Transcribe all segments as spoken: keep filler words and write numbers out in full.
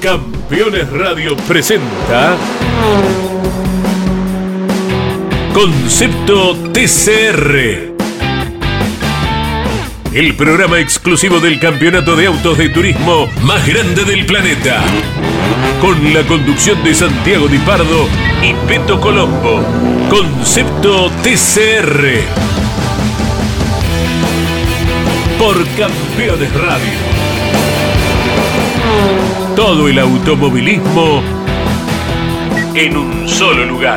Campeones Radio presenta Concepto T C R, el programa exclusivo del campeonato de autos de turismo más grande del planeta, con la conducción de Santiago Di Pardo y Peto Colombo. Concepto T C R por Campeones Radio. Todo el automovilismo en un solo lugar.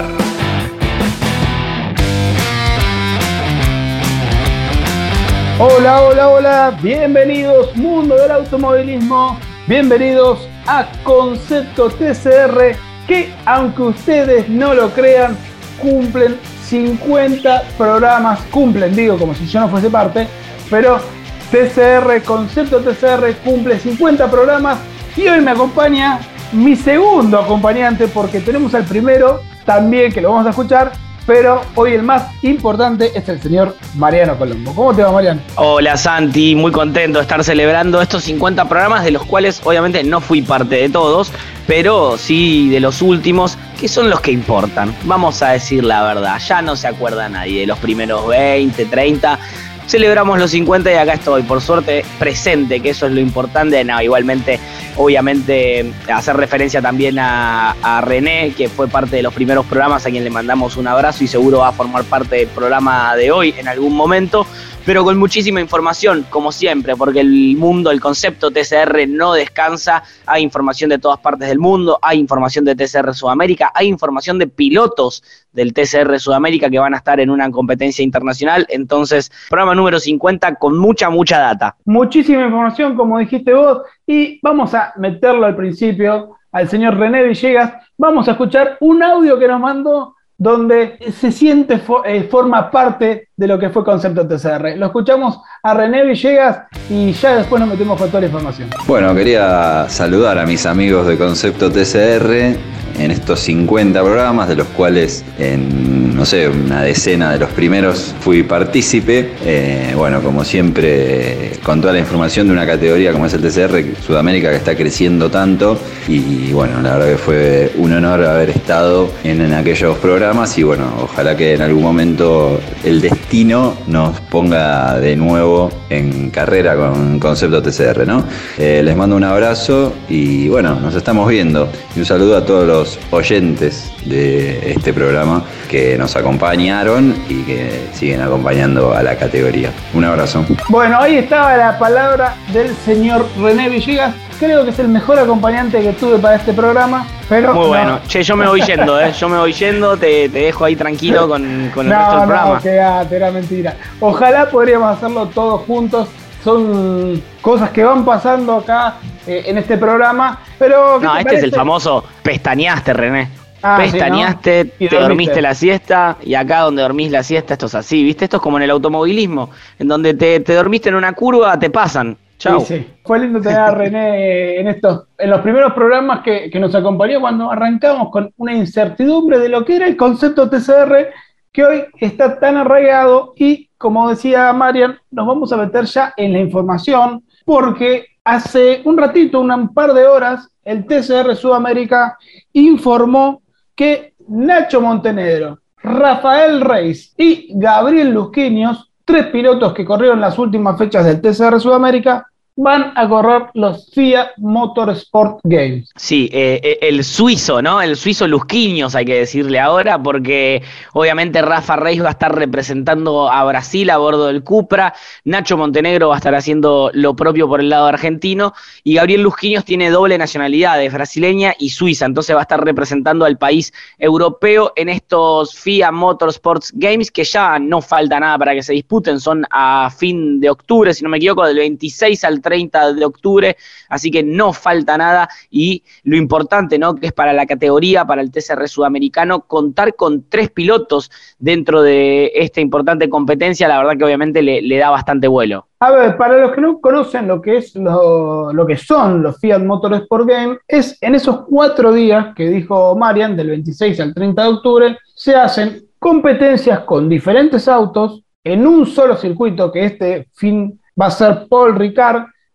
Hola, hola, hola, bienvenidos mundo del automovilismo, bienvenidos a Concepto T C R, que aunque ustedes no lo crean, cumplen cincuenta programas, cumplen, digo como si yo no fuese parte, pero T C R, Concepto T C R cumple cincuenta programas y hoy me acompaña mi segundo acompañante porque tenemos al primero también que lo vamos a escuchar, pero hoy el más importante es el señor Mariano Colombo. ¿Cómo te va, Mariano? Hola, Santi, muy contento de estar celebrando estos cincuenta programas, de los cuales obviamente no fui parte de todos, pero sí de los últimos, que son los que importan. Vamos a decir la verdad, ya no se acuerda nadie de los primeros veinte, treinta. Celebramos los cincuenta y acá estoy, por suerte, presente, que eso es lo importante. No, igualmente, obviamente, hacer referencia también a, a René, que fue parte de los primeros programas, a quien le mandamos un abrazo y seguro va a formar parte del programa de hoy en algún momento, pero con muchísima información, como siempre, porque el mundo, el concepto T C R no descansa. Hay información de todas partes del mundo, hay información de T C R Sudamérica, hay información de pilotos del T C R Sudamérica que van a estar en una competencia internacional. Entonces, programa número cincuenta con mucha, mucha data. Muchísima información, como dijiste vos, y vamos a meterlo al principio al señor René Villegas. Vamos a escuchar un audio que nos mandó donde se siente, eh, forma parte de lo que fue Concepto T C R. Lo escuchamos a René Villegas y ya después nos metemos con toda la información. Bueno, quería saludar a mis amigos de Concepto T C R en estos cincuenta programas, de los cuales en, no sé, una decena de los primeros fui partícipe. Eh, bueno, como siempre, con toda la información de una categoría como es el T C R Sudamérica, que está creciendo tanto, y bueno, la verdad que fue un honor haber estado en, en aquellos programas, y bueno, ojalá que en algún momento el destino nos ponga de nuevo en carrera con Concepto T C R, ¿no? Eh, les mando un abrazo y bueno, nos estamos viendo, y un saludo a todos los oyentes de este programa que nos acompañaron y que siguen acompañando a la categoría. Un abrazo. Bueno, ahí estaba la palabra del señor René Villegas. Creo que es el mejor acompañante que tuve para este programa, pero muy no. bueno. Che, yo me voy yendo, ¿eh? Yo me voy yendo, te, te dejo ahí tranquilo con, con el no, resto del no, programa. No, quédate, era mentira. Ojalá podríamos hacerlo todos juntos. Son cosas que van pasando acá eh, en este programa, pero... No, este parece? Es el famoso pestañaste, René. Ah, pestañaste, sí, ¿no? te dormiste. dormiste la siesta, y acá donde dormís la siesta, esto es así, ¿viste? Esto es como en el automovilismo, en donde te, te dormiste en una curva, te pasan. Chau. Sí, sí. Fue lindo tener a René en estos, en los primeros programas que, que nos acompañó cuando arrancamos con una incertidumbre de lo que era el concepto T C R, que hoy está tan arraigado. Y como decía Marian, nos vamos a meter ya en la información, porque hace un ratito, un par de horas, el T C R Sudamérica informó que Nacho Montenegro, Rafael Reis y Gabriel Lusquiños, tres pilotos que corrieron las últimas fechas del T C R Sudamérica, van a correr los FIA Motorsport Games. Sí, eh, el suizo, ¿no? El suizo Lusquiños, hay que decirle ahora, porque obviamente Rafa Reis va a estar representando a Brasil a bordo del Cupra, Nacho Montenegro va a estar haciendo lo propio por el lado argentino, y Gabriel Lusquiños tiene doble nacionalidad, es brasileña y suiza, entonces va a estar representando al país europeo en estos FIA Motorsports Games, que ya no falta nada para que se disputen, son a fin de octubre, si no me equivoco, del veintiséis al treinta de octubre, así que no falta nada. Y lo importante, ¿no?, que es para la categoría, para el T C R sudamericano, contar con tres pilotos dentro de esta importante competencia, la verdad que obviamente le, le da bastante vuelo. A ver, para los que no conocen lo que es lo, lo que son los Fiat Motorsport Games, es en esos cuatro días que dijo Marian, del veintiséis al treinta de octubre, se hacen competencias con diferentes autos en un solo circuito, que este fin va a ser Paul Ricard,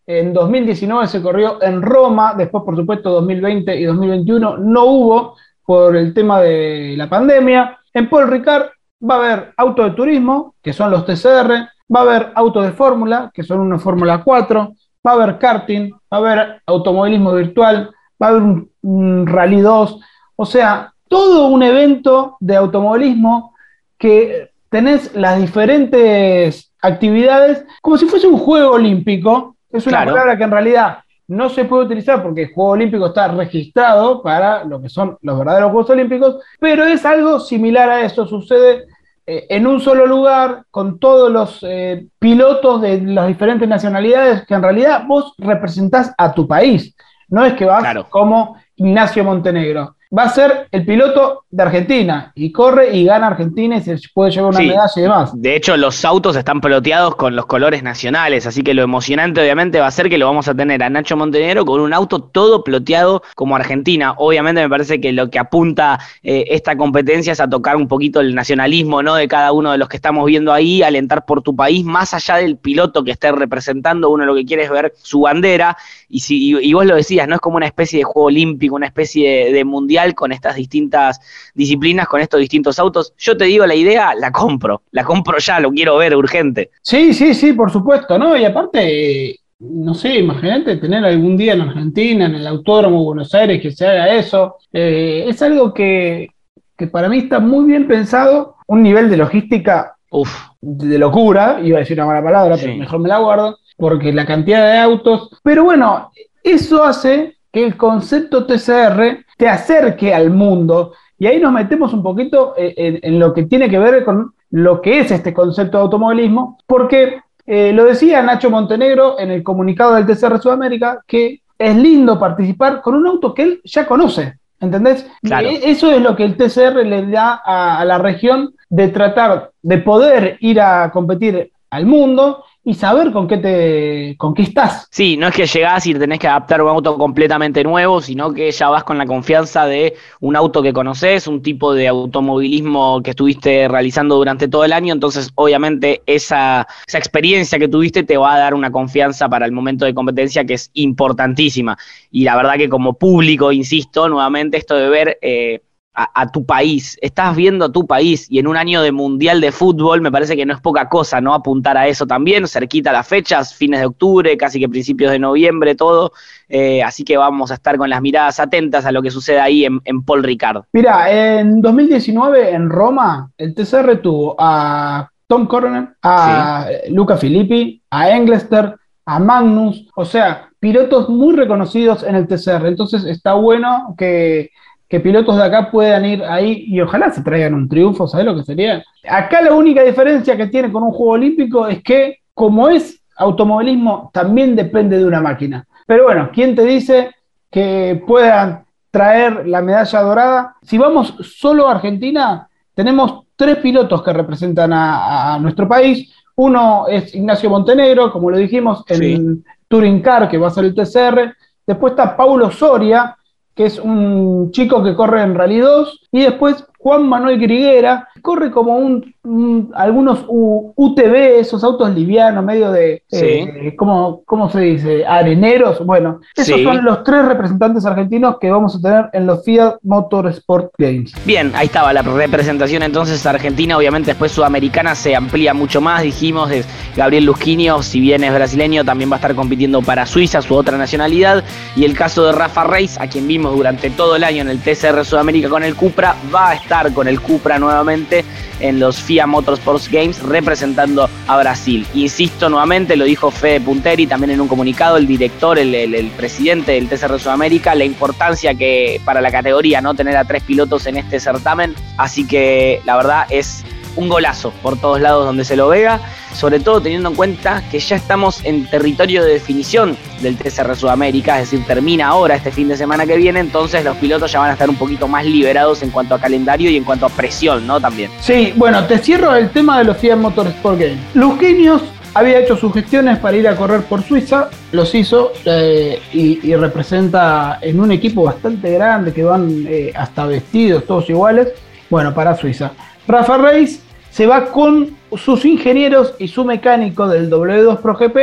En dos mil diecinueve se corrió en Roma, después por supuesto dos mil veinte y dos mil veintiuno no hubo por el tema de la pandemia. En Paul Ricard va a haber autos de turismo, que son los T C R, va a haber autos de fórmula, que son una Fórmula cuatro, va a haber karting, va a haber automovilismo virtual, va a haber un, un Rally dos, o sea, todo un evento de automovilismo que tenés las diferentes actividades como si fuese un juego olímpico. Es una Claro. palabra que en realidad no se puede utilizar porque el Juego Olímpico está registrado para lo que son los verdaderos Juegos Olímpicos, pero es algo similar a eso, sucede eh, en un solo lugar, con todos los eh, pilotos de las diferentes nacionalidades, que en realidad vos representás a tu país, no es que vas Claro. como Ignacio Montenegro. Va a ser el piloto de Argentina y corre y gana Argentina y se puede llevar una Sí. medalla y demás. De hecho, los autos están peloteados con los colores nacionales, así que lo emocionante obviamente va a ser que lo vamos a tener a Nacho Montenegro con un auto todo ploteado como Argentina. Obviamente me parece que lo que apunta eh, esta competencia es a tocar un poquito el nacionalismo, ¿no?, de cada uno de los que estamos viendo ahí, alentar por tu país, más allá del piloto que esté representando, uno lo que quiere es ver su bandera, y, si, y, y vos lo decías, no es como una especie de juego olímpico, una especie de, de mundial con estas distintas disciplinas, con estos distintos autos. Yo te digo, la idea la compro, la compro ya, lo quiero ver urgente. Sí, sí, sí, por supuesto, ¿no? Y aparte, eh, no sé, imagínate tener algún día en Argentina, en el Autódromo de Buenos Aires, que se haga eso. Eh, es algo que, que para mí está muy bien pensado, un nivel de logística Uf, de locura, iba a decir una mala palabra, pero Sí. mejor me la guardo, porque la cantidad de autos. Pero bueno, eso hace que el concepto T C R te acerque al mundo. Y ahí nos metemos un poquito en, en- en lo que tiene que ver con lo que es este concepto de automovilismo, porque eh, lo decía Nacho Montenegro en el comunicado del T C R Sudamérica, que es lindo participar con un auto que él ya conoce, ¿entendés? Claro. E- Eso es lo que el T C R le da a, a la región, de tratar de poder ir a competir al mundo y saber con qué te con qué estás. sí, no es que llegás y tenés que adaptar un auto completamente nuevo, sino que ya vas con la confianza de un auto que conocés, un tipo de automovilismo que estuviste realizando durante todo el año, entonces obviamente esa, esa experiencia que tuviste te va a dar una confianza para el momento de competencia que es importantísima. Y la verdad que como público, insisto, nuevamente esto de ver... Eh, A, a tu país, estás viendo a tu país y en un año de mundial de fútbol me parece que no es poca cosa, ¿no? Apuntar a eso también, cerquita las fechas, fines de octubre, casi que principios de noviembre, todo, eh, así que vamos a estar con las miradas atentas a lo que sucede ahí en, en Paul Ricard. Mira, en dos mil diecinueve en Roma, el T C R tuvo a Tom Coroner, a Luca Filippi, a Englester, a Magnus, o sea, pilotos muy reconocidos en el T C R. Entonces está bueno que, que pilotos de acá puedan ir ahí y ojalá se traigan un triunfo, ¿sabes lo que sería? Acá la única diferencia que tiene con un juego olímpico es que, como es automovilismo, también depende de una máquina. Pero bueno, ¿quién te dice que puedan traer la medalla dorada? Si vamos solo a Argentina, tenemos tres pilotos que representan a, a nuestro país. Uno es Ignacio Montenegro, como lo dijimos, en Sí. Touring Car, que va a ser el T C R. Después está Paulo Soria, que es un chico que corre en Rally dos. Y después Juan Manuel Griguera, corre como un, un- algunos U- UTV, esos autos livianos, medio de, Sí. eh, ¿cómo, cómo se dice? Areneros. Bueno, esos Sí. son los tres representantes argentinos que vamos a tener en los Fiat Motorsport Games. Bien, ahí estaba la representación entonces argentina, obviamente después sudamericana se amplía mucho más, dijimos, es Gabriel Lusquinio, si bien es brasileño, también va a estar compitiendo para Suiza, su otra nacionalidad, y el caso de Rafa Reis, a quien vimos durante todo el año en el T C R Sudamérica con el Cupra, va a estar con el Cupra nuevamente en los FIA Motorsports Games representando a Brasil. Insisto nuevamente, lo dijo Fede Punteri también en un comunicado, el director, el, el, el presidente del T C R Sudamérica, la importancia que para la categoría, ¿no?, tener a tres pilotos en este certamen, así que la verdad es un golazo por todos lados donde se lo vea, sobre todo teniendo en cuenta que ya estamos en territorio de definición del T C R Sudamérica, es decir, termina ahora este fin de semana que viene, entonces los pilotos ya van a estar un poquito más liberados en cuanto a calendario y en cuanto a presión, ¿no?, también. Sí, bueno, te cierro el tema de los Fiat Motorsport Games. Lusquinios había hecho sus gestiones para ir a correr por Suiza, los hizo eh, y, y representa en un equipo bastante grande que van eh, hasta vestidos, todos iguales, bueno, para Suiza. Rafa Reis se va con sus ingenieros y su mecánico del W dos Pro G P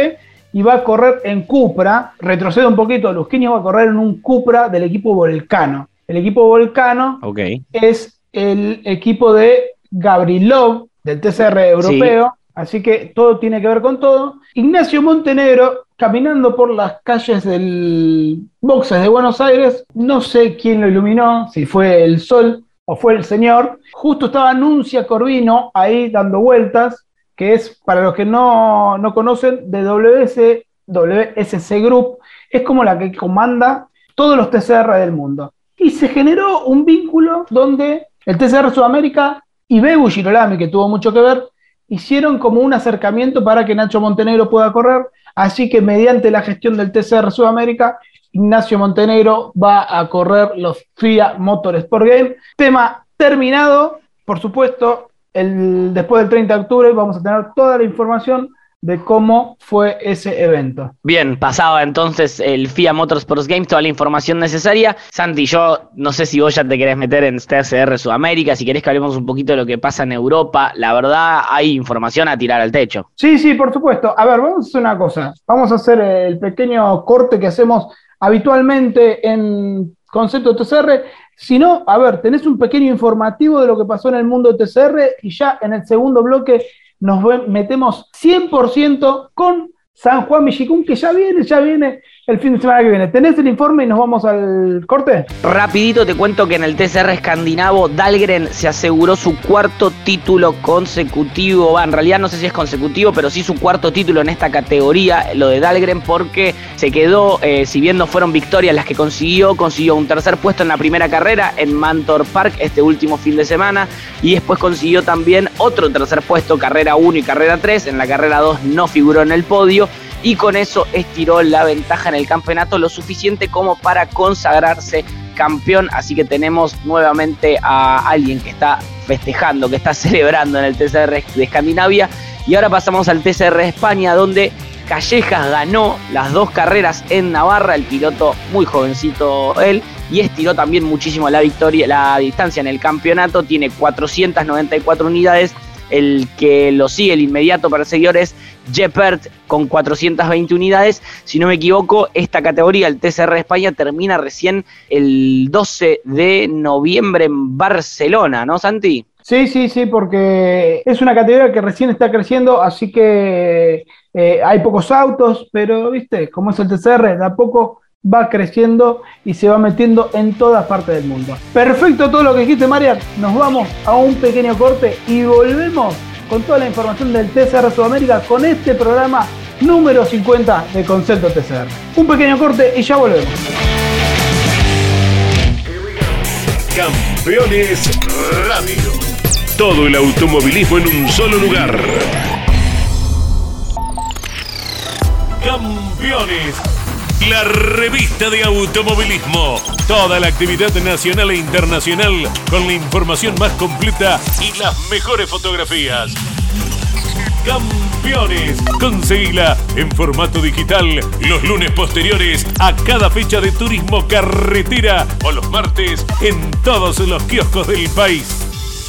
y va a correr en Cupra. Retrocede un poquito, Lusquini va a correr en un Cupra del equipo Volcano. El equipo Volcano okay. es el equipo de Gavrilov, del T C R europeo, sí. Así que todo tiene que ver con todo. Ignacio Montenegro, caminando por las calles del boxes de Buenos Aires, no sé quién lo iluminó, si fue el sol o fue el señor, justo estaba Nuncia Corvino ahí dando vueltas, que es, para los que no, no conocen, de W S, W S C Group, es como la que comanda todos los T C R del mundo. Y se generó un vínculo donde el T C R Sudamérica y Bebu Girolami, que tuvo mucho que ver, hicieron como un acercamiento para que Nacho Montenegro pueda correr, así que mediante la gestión del T C R Sudamérica, Ignacio Montenegro va a correr los F I A Motorsport Games. Tema terminado, por supuesto, el, después del treinta de octubre vamos a tener toda la información de cómo fue ese evento. Bien, pasaba entonces el F I A Motorsports Games, toda la información necesaria. Santi, yo no sé si vos ya te querés meter en T C R Sudamérica, si querés que hablemos un poquito de lo que pasa en Europa. La verdad, hay información a tirar al techo. Sí, sí, por supuesto. A ver, vamos a hacer una cosa. Vamos a hacer el pequeño corte que hacemos habitualmente en Concepto T C R. Si no, a ver, tenés un pequeño informativo de lo que pasó en el mundo T C R y ya en el segundo bloque nos metemos cien por ciento con San Juan Villicún, que ya viene, ya viene el fin de semana que viene. ¿Tenés el informe y nos vamos al corte? Rapidito te cuento que en el T C R escandinavo Dahlgren se aseguró su cuarto título consecutivo. Va, en realidad no sé si es consecutivo, pero sí su cuarto título en esta categoría, lo de Dahlgren, porque se quedó, eh, si bien no fueron victorias las que consiguió, consiguió un tercer puesto en la primera carrera en Mantorp Park este último fin de semana, y después consiguió también otro tercer puesto, carrera uno y carrera tres. En la carrera dos no figuró en el podio, y con eso estiró la ventaja en el campeonato lo suficiente como para consagrarse campeón. Así que tenemos nuevamente a alguien que está festejando, que está celebrando en el T C R de Escandinavia. Y ahora pasamos al T C R de España, donde Callejas ganó las dos carreras en Navarra, el piloto muy jovencito él, y estiró también muchísimo la victoria, la distancia en el campeonato. Tiene cuatrocientas noventa y cuatro unidades. El que lo sigue, el inmediato perseguidor, es Jeppert con cuatrocientas veinte unidades. Si no me equivoco, esta categoría, el T C R de España, termina recién el doce de noviembre en Barcelona, ¿no, Santi? Sí, sí, sí, porque es una categoría que recién está creciendo, así que eh, hay pocos autos, pero, viste, como es el T C R, de a poco va creciendo y se va metiendo en todas partes del mundo. Perfecto todo lo que dijiste, Marian. Nos vamos a un pequeño corte y volvemos con toda la información del T C R Sudamérica con este programa número cincuenta de Concepto T C R. Un pequeño corte y ya volvemos. Campeones Radio. Todo el automovilismo en un solo lugar. Campeones, la revista de automovilismo. Toda la actividad nacional e internacional con la información más completa y las mejores fotografías. Campeones, conseguila en formato digital los lunes posteriores a cada fecha de turismo carretera o los martes en todos los kioscos del país.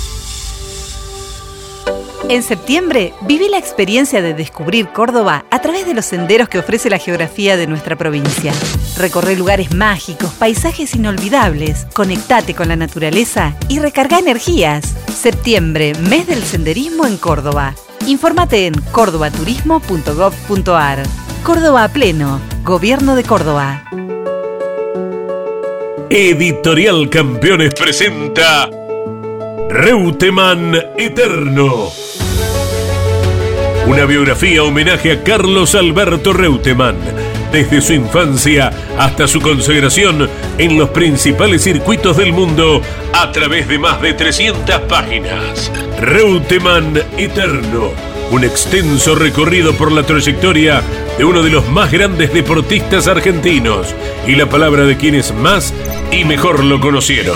En septiembre, viví la experiencia de descubrir Córdoba a través de los senderos que ofrece la geografía de nuestra provincia. Recorre lugares mágicos, paisajes inolvidables, conectate con la naturaleza y recarga energías. Septiembre, mes del senderismo en Córdoba. Infórmate en córdoba turismo punto gob punto ar. Córdoba a pleno, Gobierno de Córdoba. Editorial Campeones presenta Reutemann Eterno. Una biografía homenaje a Carlos Alberto Reutemann, desde su infancia hasta su consagración en los principales circuitos del mundo a través de más de trescientas páginas. Reutemann Eterno, un extenso recorrido por la trayectoria de uno de los más grandes deportistas argentinos y la palabra de quienes más y mejor lo conocieron.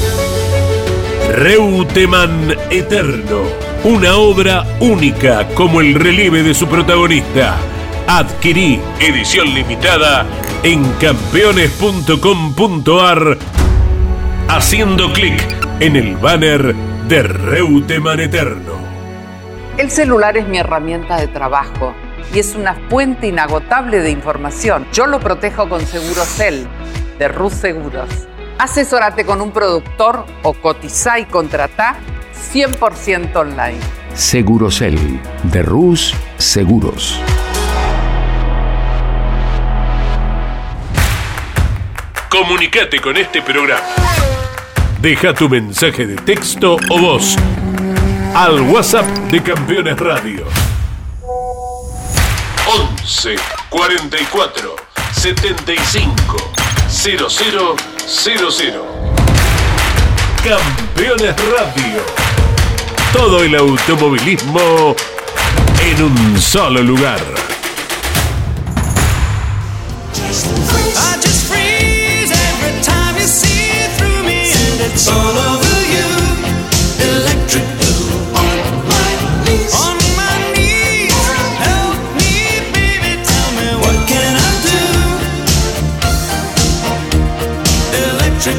Reutemann Eterno, una obra única como el relieve de su protagonista. Adquirí edición limitada en campeones punto com punto ar haciendo clic en el banner de Reutemann Eterno. El celular es mi herramienta de trabajo. y es una fuente inagotable de información. Yo lo protejo con Segurosel de Rus Seguros. Asesórate con un productor o cotizá y contratá cien por ciento online. Segurosel de Rus Seguros. Comunicate con este programa. Deja tu mensaje de texto o voz al WhatsApp de Campeones Radio. once cuarenta y cuatro setenta y cinco cero cero cero cero. Campeones Radio. Todo el automovilismo en un solo lugar. It's all over you, electric blue, on my knees, on my knees, help me baby, tell me what can I do, electric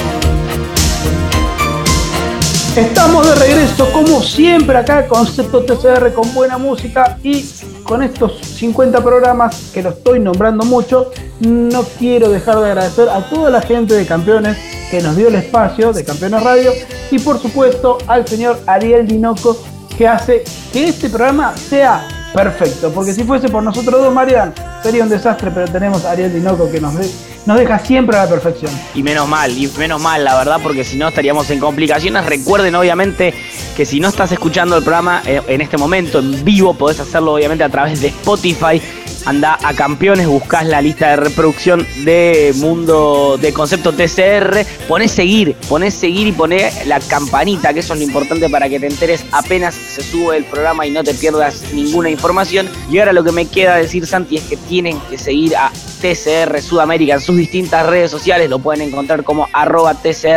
blue. Estamos de regreso como siempre acá, Concepto T C R con buena música y con estos cincuenta programas que lo estoy nombrando mucho. No quiero dejar de agradecer a toda la gente de Campeones que nos dio el espacio de Campeones Radio y por supuesto al señor Ariel Dinoco que hace que este programa sea perfecto, porque si fuese por nosotros dos, Marian, sería un desastre, pero tenemos a Ariel Dinoco que nos, de, nos deja siempre a la perfección. Y menos mal, y menos mal la verdad, porque si no estaríamos en complicaciones. Recuerden obviamente que si no estás escuchando el programa eh, en este momento en vivo, podés hacerlo obviamente a través de Spotify. Anda a Campeones, buscás la lista de reproducción de Mundo de Concepto T C R, ponés seguir, ponés seguir y ponés la campanita, que eso es lo importante para que te enteres apenas se sube el programa y no te pierdas ninguna información. Y ahora lo que me queda decir, Santi, es que tienen que seguir a T C R Sudamérica en sus distintas redes sociales. Lo pueden encontrar como arroba T C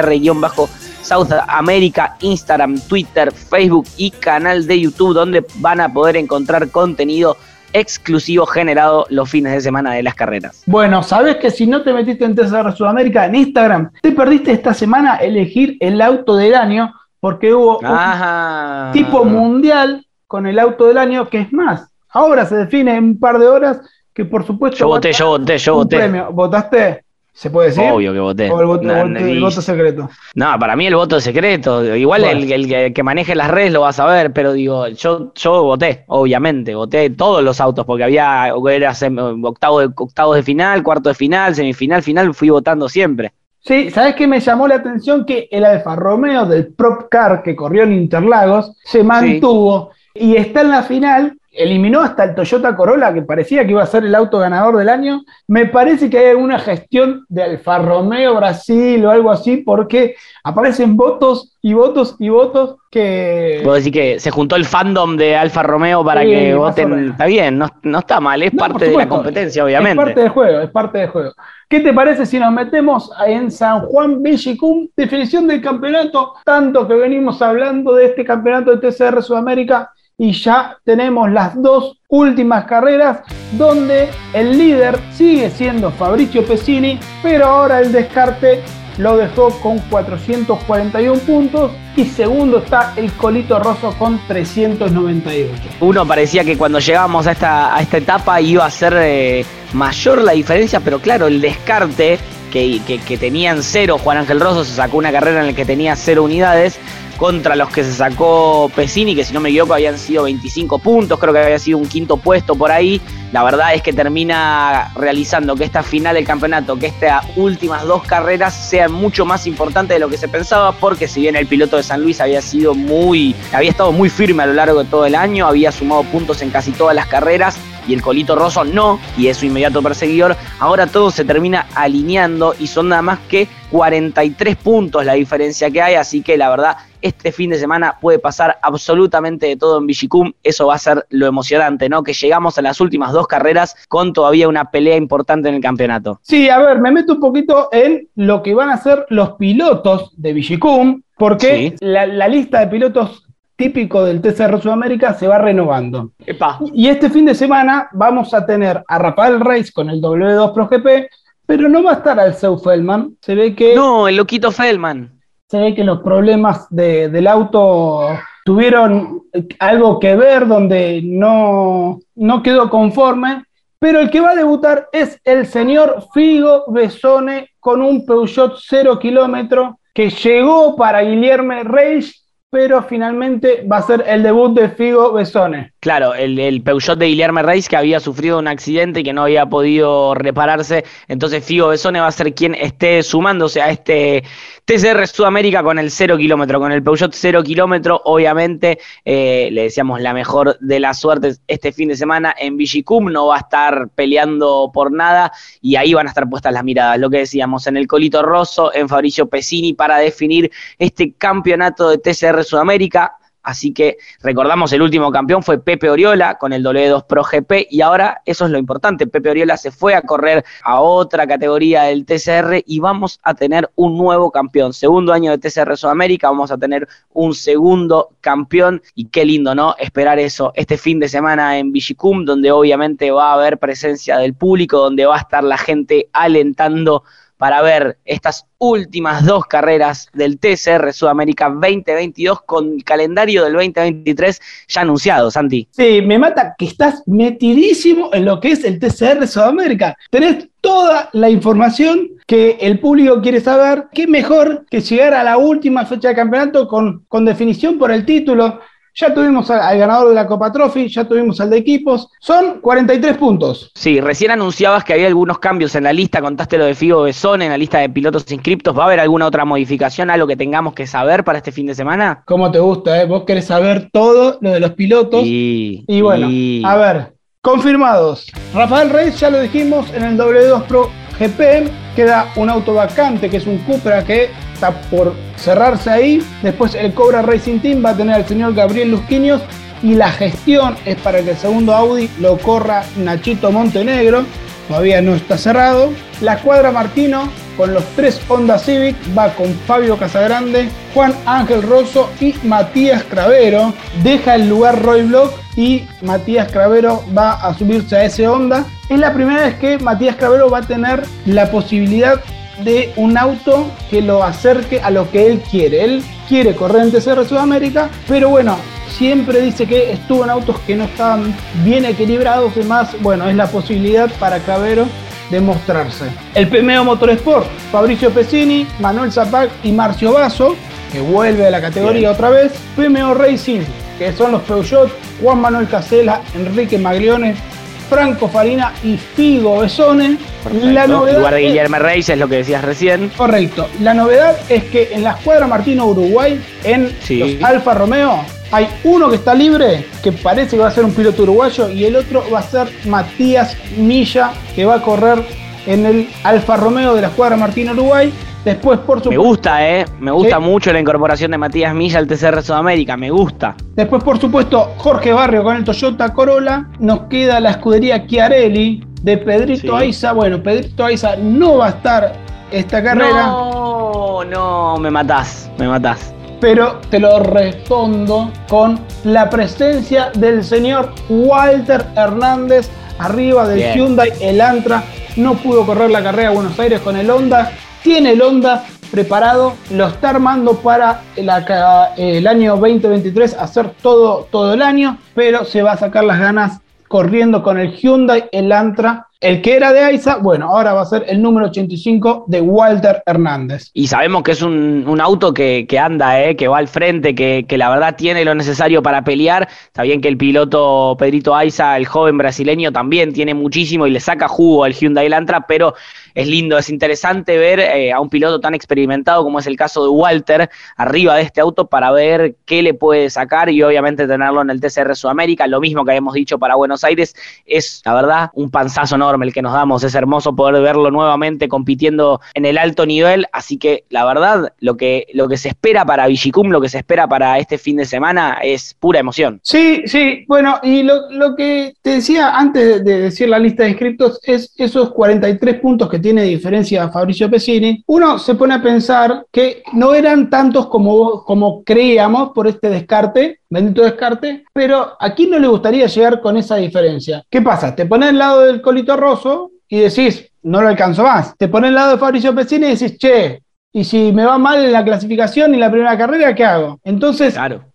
R-South America, Instagram, Twitter, Facebook y canal de YouTube, donde van a poder encontrar contenido exclusivo generado los fines de semana de las carreras. Bueno, sabes que si no te metiste en T C R Sudamérica en Instagram, te perdiste esta semana elegir el auto del año, porque hubo Ajá. un tipo mundial con el auto del año, que es más, ahora se define en un par de horas, que por supuesto yo voté, yo voté, yo un voté. Premio. ¿Votaste? ¿Se puede decir? Obvio que voté. ¿O el voto, No, voto, no, el y- voto secreto? No, para mí el voto es secreto. Igual Bueno. el, el que- que maneje las redes lo va a saber, pero digo, yo, yo voté, obviamente, voté todos los autos, porque había era sem- octavo de, octavos de final, cuarto de final, semifinal, final, fui votando siempre. Sí, ¿sabes qué me llamó la atención? Que el Alfa Romeo del Prop Car que corrió en Interlagos se mantuvo y está en la final. Eliminó hasta el Toyota Corolla, que parecía que iba a ser el auto ganador del año. Me parece que hay alguna gestión de Alfa Romeo Brasil o algo así, porque aparecen votos y votos y votos que... Puedo decir que se juntó el fandom de Alfa Romeo para Sí, que más o voten. menos. Está bien, no, no está mal, es No, parte por de la supuesto. competencia, obviamente. Es parte del juego, es parte del juego. ¿Qué te parece si nos metemos en San Juan Villicum? Definición del campeonato, tanto que venimos hablando de este campeonato de T C R Sudamérica y ya tenemos las dos últimas carreras donde el líder sigue siendo Fabricio Pesini, pero ahora el descarte lo dejó con cuatrocientos cuarenta y uno puntos y segundo está el Colito Rosso con trescientos noventa y ocho. Uno parecía que cuando llegábamos a esta, a esta etapa iba a ser eh, mayor la diferencia, pero claro, el descarte que, que, que tenían cero, Juan Ángel Rosso se sacó una carrera en la que tenía cero unidades, contra los que se sacó Pesini, que si no me equivoco habían sido veinticinco puntos, creo que había sido un quinto puesto por ahí. La verdad es que termina realizando que esta final del campeonato, que estas últimas dos carreras sean mucho más importantes de lo que se pensaba, porque si bien el piloto de San Luis había sido muy, había estado muy firme a lo largo de todo el año, había sumado puntos en casi todas las carreras, y el Colito Rosso no, y es su inmediato perseguidor, ahora todo se termina alineando y son nada más que cuarenta y tres puntos la diferencia que hay, así que la verdad este fin de semana puede pasar absolutamente de todo en Villicum. Eso va a ser lo emocionante, ¿no? Que llegamos a las últimas dos carreras con todavía una pelea importante en el campeonato. Sí, a ver, me meto un poquito en lo que van a ser los pilotos de Villicum, porque Sí. la, la lista de pilotos típico del T C R Sudamérica se va renovando. Epa. Y este fin de semana vamos a tener a Rafael Reis con el W dos Pro G P, pero no va a estar Alceu Feldman. Se ve que... No, el loquito Feldman. Se ve que los problemas de, del auto tuvieron algo que ver donde no, no quedó conforme, pero el que va a debutar es el señor Figo Besone con un Peugeot cero kilómetro que llegó para Guilherme Reis, pero finalmente va a ser el debut de Figo Besone. Claro, el, el Peugeot de Guilherme Reis, que había sufrido un accidente y que no había podido repararse. Entonces Figo Besone va a ser quien esté sumándose a este T C R Sudamérica con el cero kilómetro, con el Peugeot cero kilómetro. Obviamente eh, le deseamos la mejor de las suertes este fin de semana en Vigicum. No va a estar peleando por nada y ahí van a estar puestas las miradas. Lo que decíamos, en el Colito Rosso, en Fabricio Pesini, para definir este campeonato de T C R Sudamérica. Así que recordamos, el último campeón fue Pepe Oriola con el W dos Pro G P y ahora eso es lo importante, Pepe Oriola se fue a correr a otra categoría del T C R y vamos a tener un nuevo campeón, segundo año de T C R Sudamérica, vamos a tener un segundo campeón y qué lindo, ¿no? Esperar eso este fin de semana en Vigicum, donde obviamente va a haber presencia del público, donde va a estar la gente alentando para ver estas últimas dos carreras del T C R Sudamérica veinte veintidós con el calendario del veinte veintitrés ya anunciado, Santi. Sí, me mata que estás metidísimo en lo que es el T C R Sudamérica. Tenés toda la información que el público quiere saber. Qué mejor que llegar a la última fecha de campeonato con, con definición por el título. Ya tuvimos al, al ganador de la Copa Trophy, ya tuvimos al de equipos. Son cuarenta y tres puntos. Sí, recién anunciabas que había algunos cambios en la lista, contaste lo de Figo Besone en la lista de pilotos inscriptos. ¿Va a haber alguna otra modificación, algo que tengamos que saber para este fin de semana? ¿Cómo te gusta, eh? Vos querés saber todo lo de los pilotos. Y, y bueno, y... a ver, confirmados. Rafael Reis, ya lo dijimos, en el W dos Pro G P. Queda un auto vacante, que es un Cupra, que está por cerrarse ahí. Después el Cobra Racing Team va a tener al señor Gabriel Lusquiños y la gestión es para que el segundo Audi lo corra Nachito Montenegro. Todavía no está cerrado. La escuadra Martino con los tres Honda Civic va con Fabio Casagrande, Juan Ángel Rosso y Matías Cravero. Deja el lugar Roy Block y Matías Cravero va a subirse a ese Honda. Es la primera vez que Matías Cravero va a tener la posibilidad de un auto que lo acerque a lo que él quiere. Él quiere correr en T C R Sudamérica, pero bueno, siempre dice que estuvo en autos que no estaban bien equilibrados y más, bueno, es la posibilidad para Cravero de mostrarse. El P M O Motorsport, Fabricio Pesini, Manuel Zapac y Marcio Basso, que vuelve a la categoría Bien. otra vez. P M O Racing, que son los Peugeot, Juan Manuel Casela, Enrique Maglione, Franco Farina y Figo Besone. La novedad, lugar de Guilherme es, Reis es lo que decías recién. Correcto. La novedad es que en la escuadra Martino Uruguay, en sí. los Alfa Romeo, hay uno que está libre, que parece que va a ser un piloto uruguayo, y el otro va a ser Matías Milla, que va a correr en el Alfa Romeo de la escuadra Martino Uruguay. Después, por supuesto... Me gusta, ¿eh? Me gusta ¿sí? mucho la incorporación de Matías Milla al T C R Sudamérica, me gusta. Después, por supuesto, Jorge Barrio con el Toyota Corolla. Nos queda la escudería Chiarelli de Pedrito sí. Aiza. Bueno, Pedrito Aiza no va a estar esta carrera. No, no, me matás, me matás. Pero te lo respondo con la presencia del señor Walter Hernández arriba del Bien. Hyundai Elantra. No pudo correr la carrera a Buenos Aires con el Honda. Tiene el Honda preparado, lo está armando para la, el año veinte veintitrés, hacer todo, todo el año, pero se va a sacar las ganas corriendo con el Hyundai Elantra. El que era de Aiza, bueno, ahora va a ser el número ochenta y cinco de Walter Hernández. Y sabemos que es un, un auto que, que anda, eh, que va al frente, que, que la verdad tiene lo necesario para pelear. Está bien que el piloto Pedrito Aiza, el joven brasileño, también tiene muchísimo y le saca jugo al Hyundai Elantra, pero es lindo, es interesante ver eh, a un piloto tan experimentado como es el caso de Walter arriba de este auto para ver qué le puede sacar y obviamente tenerlo en el T C R Sudamérica. Lo mismo que habíamos dicho para Buenos Aires, es la verdad un panzazo enorme el que nos damos, es hermoso poder verlo nuevamente compitiendo en el alto nivel, así que la verdad lo que, lo que se espera para Vigicum, lo que se espera para este fin de semana es pura emoción. Sí, sí, bueno, y lo, lo que te decía antes de decir la lista de inscriptos es esos cuarenta y tres puntos que tiene de diferencia a Fabricio Pesini. Uno se pone a pensar que no eran tantos como, como creíamos por este descarte, bendito descarte, pero ¿a quién no le gustaría llegar con esa diferencia? ¿Qué pasa? Te pones al lado del Colito Rosso y decís, no lo alcanzo más. Te pones al lado de Fabricio Pesini y decís, che, y si me va mal en la clasificación y en la primera carrera, ¿qué hago? Entonces, claro.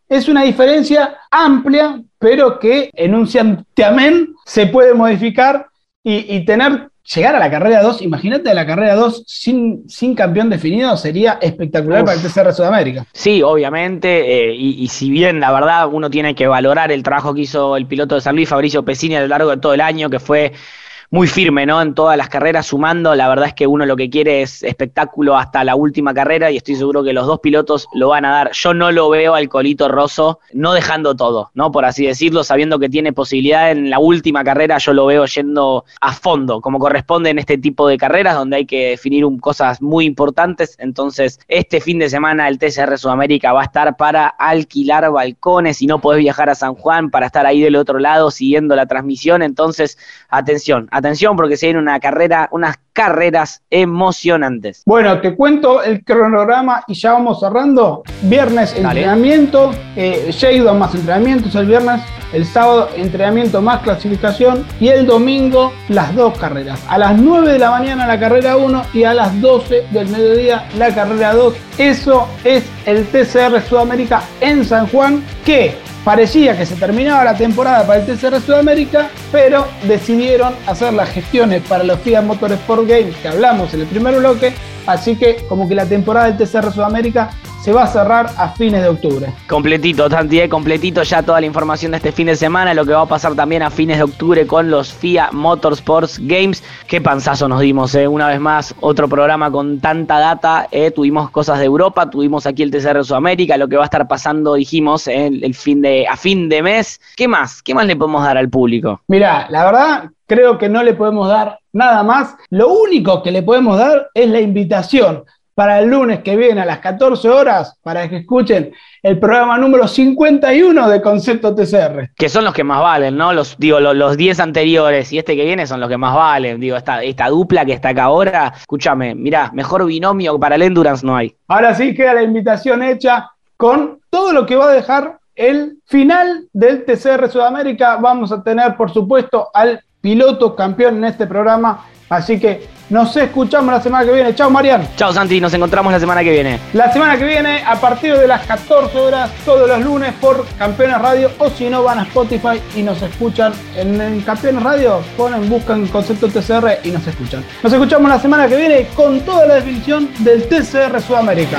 es una diferencia amplia, pero que en un santiamén se puede modificar y, y tener, llegar a la carrera dos. Imagínate la carrera dos sin, sin campeón definido, sería espectacular. Uf. Para el T C R Sudamérica. Sí, obviamente, eh, y, y si bien la verdad uno tiene que valorar el trabajo que hizo el piloto de San Luis, Fabricio Pesini, a lo largo de todo el año, que fue muy firme, ¿no? En todas las carreras sumando, la verdad es que uno lo que quiere es espectáculo hasta la última carrera y estoy seguro que los dos pilotos lo van a dar. Yo no lo veo al Colito Rosso no dejando todo, ¿no? Por así decirlo, sabiendo que tiene posibilidad en la última carrera, yo lo veo yendo a fondo, como corresponde en este tipo de carreras donde hay que definir un, cosas muy importantes. Entonces, este fin de semana el T C R Sudamérica va a estar para alquilar balcones y no podés viajar a San Juan para estar ahí del otro lado siguiendo la transmisión. Entonces, atención, Atención porque se viene una carrera, unas carreras emocionantes. Bueno, te cuento el cronograma y ya vamos cerrando. Viernes Dale. entrenamiento, eh, Sheidon más entrenamientos el viernes, el sábado entrenamiento más clasificación y el domingo las dos carreras. A las nueve de la mañana la carrera uno y a las doce del mediodía la carrera dos. Eso es el T C R Sudamérica en San Juan, que parecía que se terminaba la temporada para el T C R Sudamérica, pero decidieron hacer las gestiones para los F I A Motorsport Games que hablamos en el primer bloque, así que como que la temporada del T C R Sudamérica se va a cerrar a fines de octubre. Completito, Tanti, eh, completito ya toda la información de este fin de semana, lo que va a pasar también a fines de octubre con los F I A Motorsports Games. Qué panzazo nos dimos, eh. Una vez más, otro programa con tanta data, eh. Tuvimos cosas de Europa, tuvimos aquí el T C R Sudamérica, lo que va a estar pasando, dijimos, eh, el fin de, a fin de mes. ¿Qué más? ¿Qué más le podemos dar al público? Mirá, la verdad, creo que no le podemos dar nada más. Lo único que le podemos dar es la invitación para el lunes que viene a las catorce horas, para que escuchen el programa número cincuenta y uno de Concepto T C R. Que son los que más valen, ¿no? Los, digo, los, los diez anteriores y este que viene son los que más valen. Digo, esta, esta dupla que está acá ahora, escúchame, mirá, mejor binomio para el Endurance no hay. Ahora sí queda la invitación hecha con todo lo que va a dejar el final del T C R Sudamérica. Vamos a tener, por supuesto, al piloto campeón en este programa, así que nos escuchamos la semana que viene. Chao, Marian. Chao, Santi, nos encontramos la semana que viene. La semana que viene, a partir de las catorce horas, todos los lunes por Campeones Radio, o si no, van a Spotify y nos escuchan en, en Campeones Radio, ponen, buscan Concepto T C R y nos escuchan. Nos escuchamos la semana que viene con toda la definición del T C R Sudamérica.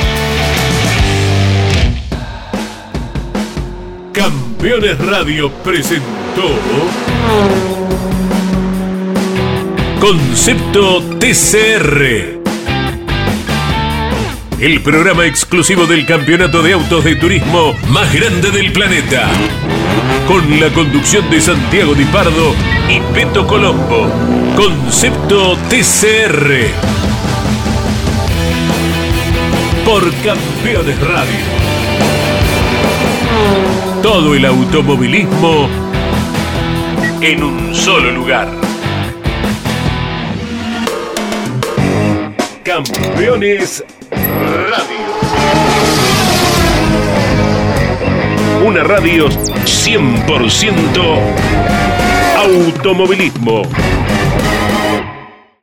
Campeones Radio presentó Concepto T C R, el programa exclusivo del campeonato de autos de turismo más grande del planeta, con la conducción de Santiago Di Pardo y Peto Colombo. Concepto T C R por Campeones Radio. Todo el automovilismo en un solo lugar. Campeones Radio. Una radio cien por ciento automovilismo.